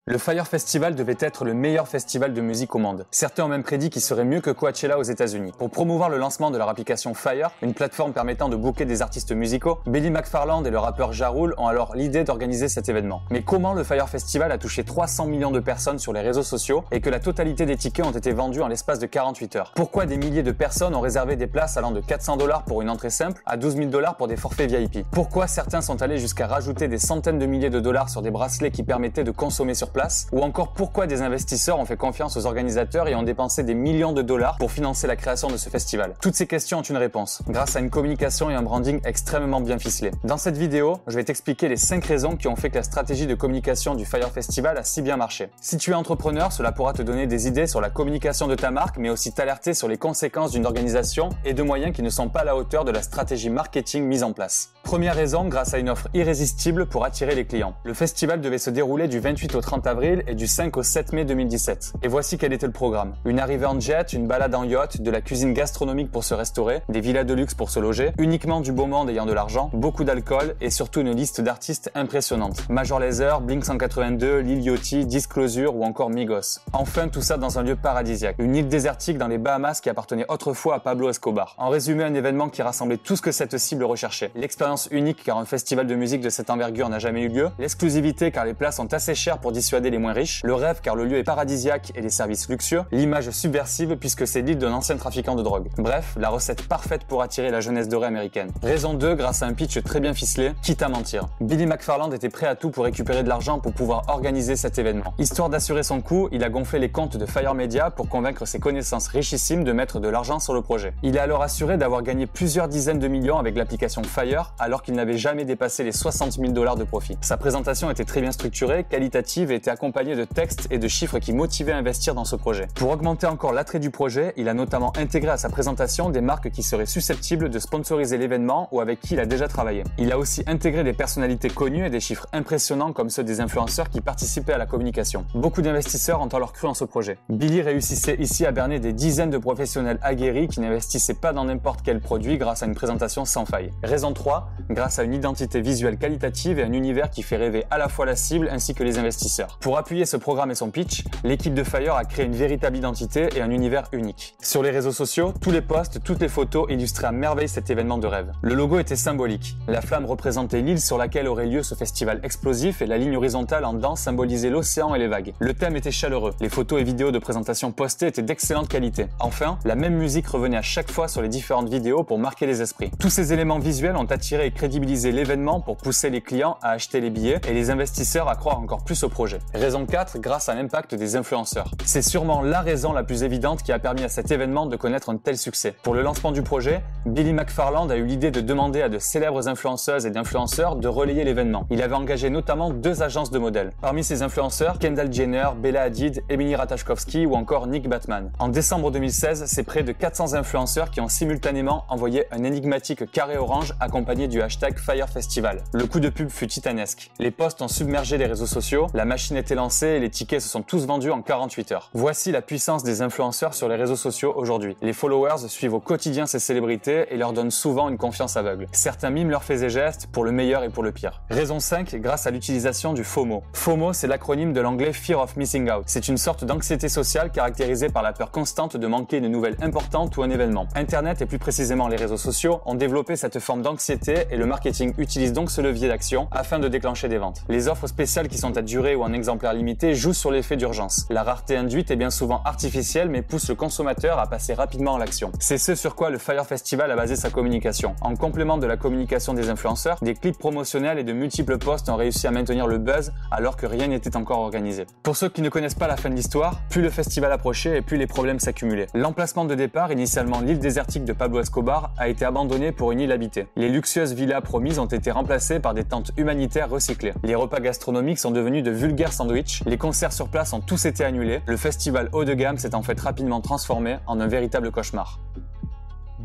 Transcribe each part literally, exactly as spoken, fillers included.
Le Fyre Festival devait être le meilleur festival de musique au monde. Certains ont même prédit qu'il serait mieux que Coachella aux États-Unis. Pour promouvoir le lancement de leur application Fyre, une plateforme permettant de booker des artistes musicaux, Billy McFarland et le rappeur Ja Rule ont alors l'idée d'organiser cet événement. Mais comment le Fyre Festival a touché trois cents millions de personnes sur les réseaux sociaux et que la totalité des tickets ont été vendus en l'espace de quarante-huit heures? Pourquoi des milliers de personnes ont réservé des places allant de quatre cents dollars pour une entrée simple à douze mille dollars pour des forfaits V I P? Pourquoi certains sont allés jusqu'à rajouter des centaines de milliers de dollars sur des bracelets qui permettaient de consommer sur place? Ou encore pourquoi des investisseurs ont fait confiance aux organisateurs et ont dépensé des millions de dollars pour financer la création de ce festival? Toutes ces questions ont une réponse, grâce à une communication et un branding extrêmement bien ficelés. Dans cette vidéo, je vais t'expliquer les cinq raisons qui ont fait que la stratégie de communication du Fyre Festival a si bien marché. Si tu es entrepreneur, cela pourra te donner des idées sur la communication de ta marque, mais aussi t'alerter sur les conséquences d'une organisation et de moyens qui ne sont pas à la hauteur de la stratégie marketing mise en place. Première raison, grâce à une offre irrésistible pour attirer les clients. Le festival devait se dérouler du vingt-huit au trente avril et du cinq au sept mai deux mille dix-sept. Et voici quel était le programme. Une arrivée en jet, une balade en yacht, de la cuisine gastronomique pour se restaurer, des villas de luxe pour se loger, uniquement du beau monde ayant de l'argent, beaucoup d'alcool et surtout une liste d'artistes impressionnante. Major Lazer, Blink cent quatre-vingt-deux, Lil Yachty, Disclosure ou encore Migos. Enfin, tout ça dans un lieu paradisiaque. Une île désertique dans les Bahamas qui appartenait autrefois à Pablo Escobar. En résumé, un événement qui rassemblait tout ce que cette cible recherchait. L'expérience unique car un festival de musique de cette envergure n'a jamais eu lieu, l'exclusivité car les places sont assez chères pour dissuader les moins riches, le rêve car le lieu est paradisiaque et les services luxueux, l'image subversive puisque c'est l'île d'un ancien trafiquant de drogue. Bref, la recette parfaite pour attirer la jeunesse dorée américaine. Raison deux, grâce à un pitch très bien ficelé, quitte à mentir. Billy McFarland était prêt à tout pour récupérer de l'argent pour pouvoir organiser cet événement. Histoire d'assurer son coup, il a gonflé les comptes de Fyre Media pour convaincre ses connaissances richissimes de mettre de l'argent sur le projet. Il a alors assuré d'avoir gagné plusieurs dizaines de millions avec l'application Fyre alors qu'il n'avait jamais dépassé les soixante mille dollars de profit. Sa présentation était très bien structurée, qualitative et était accompagnée de textes et de chiffres qui motivaient à investir dans ce projet. Pour augmenter encore l'attrait du projet, il a notamment intégré à sa présentation des marques qui seraient susceptibles de sponsoriser l'événement ou avec qui il a déjà travaillé. Il a aussi intégré des personnalités connues et des chiffres impressionnants comme ceux des influenceurs qui participaient à la communication. Beaucoup d'investisseurs ont alors cru en ce projet. Billy réussissait ici à berner des dizaines de professionnels aguerris qui n'investissaient pas dans n'importe quel produit grâce à une présentation sans faille. Raison trois, grâce à une identité visuelle qualitative et un univers qui fait rêver à la fois la cible ainsi que les investisseurs. Pour appuyer ce programme et son pitch, l'équipe de Fyre a créé une véritable identité et un univers unique. Sur les réseaux sociaux, tous les posts, toutes les photos illustraient à merveille cet événement de rêve. Le logo était symbolique. La flamme représentait l'île sur laquelle aurait lieu ce festival explosif et la ligne horizontale en dents symbolisait l'océan et les vagues. Le thème était chaleureux. Les photos et vidéos de présentation postées étaient d'excellente qualité. Enfin, la même musique revenait à chaque fois sur les différentes vidéos pour marquer les esprits. Tous ces éléments visuels ont attiré et crédibilisé l'événement pour pousser les clients à acheter les billets et les investisseurs à croire encore plus au projet. Raison quatre, grâce à l'impact des influenceurs. C'est sûrement la raison la plus évidente qui a permis à cet événement de connaître un tel succès. Pour le lancement du projet, Billy McFarland a eu l'idée de demander à de célèbres influenceuses et d'influenceurs de relayer l'événement. Il avait engagé notamment deux agences de modèles. Parmi ces influenceurs, Kendall Jenner, Bella Hadid, Emily Ratajkowski ou encore Nick Batman. En décembre deux mille seize, c'est près de quatre cents influenceurs qui ont simultanément envoyé un énigmatique carré orange accompagné du hashtag Fyre Festival. Le coup de pub fut titanesque. Les posts ont submergé les réseaux sociaux, la machine était lancée et les tickets se sont tous vendus en quarante-huit heures. Voici la puissance des influenceurs sur les réseaux sociaux aujourd'hui. Les followers suivent au quotidien ces célébrités et leur donnent souvent une confiance aveugle. Certains miment leurs faits et gestes pour le meilleur et pour le pire. Raison cinq, grâce à l'utilisation du FOMO. FOMO, c'est l'acronyme de l'anglais Fear of Missing Out. C'est une sorte d'anxiété sociale caractérisée par la peur constante de manquer une nouvelle importante ou un événement. Internet et plus précisément les réseaux sociaux ont développé cette forme d'anxiété et le marketing utilise donc ce levier d'action afin de déclencher des ventes. Les offres spéciales qui sont à durée ou en exemplaire limité jouent sur l'effet d'urgence. La rareté induite est bien souvent artificielle mais pousse le consommateur à passer rapidement à l'action. C'est ce sur quoi le Fyre Festival a basé sa communication. En complément de la communication des influenceurs, des clips promotionnels et de multiples posts ont réussi à maintenir le buzz alors que rien n'était encore organisé. Pour ceux qui ne connaissent pas la fin de l'histoire, plus le festival approchait et plus les problèmes s'accumulaient. L'emplacement de départ, initialement l'île désertique de Pablo Escobar, a été abandonné pour une île habitée. Les luxueuses villas promises ont été remplacées par des tentes humanitaires recyclées. Les repas gastronomiques sont devenus de vulgaires sandwichs, les concerts sur place ont tous été annulés, le festival haut de gamme s'est en fait rapidement transformé en un véritable cauchemar.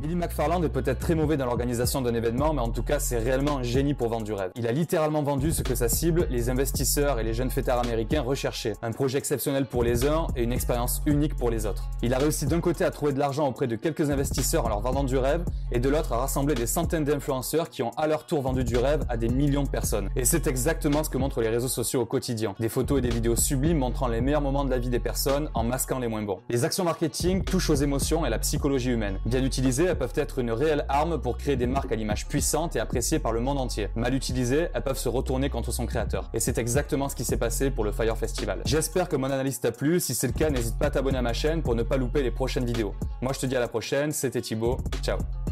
Billy McFarland est peut-être très mauvais dans l'organisation d'un événement, mais en tout cas c'est réellement un génie pour vendre du rêve. Il a littéralement vendu ce que sa cible, les investisseurs et les jeunes fêtards américains recherchaient. Un projet exceptionnel pour les uns et une expérience unique pour les autres. Il a réussi d'un côté à trouver de l'argent auprès de quelques investisseurs en leur vendant du rêve, et de l'autre à rassembler des centaines d'influenceurs qui ont à leur tour vendu du rêve à des millions de personnes. Et c'est exactement ce que montrent les réseaux sociaux au quotidien. Des photos et des vidéos sublimes montrant les meilleurs moments de la vie des personnes en masquant les moins bons. Les actions marketing touchent aux émotions et la psychologie humaine. Bien utilisées, elles peuvent être une réelle arme pour créer des marques à l'image puissante et appréciée par le monde entier. Mal utilisées, elles peuvent se retourner contre son créateur. Et c'est exactement ce qui s'est passé pour le Fyre Festival. J'espère que mon analyse t'a plu. Si c'est le cas, n'hésite pas à t'abonner à ma chaîne pour ne pas louper les prochaines vidéos. Moi je te dis à la prochaine, c'était Thibaut, ciao.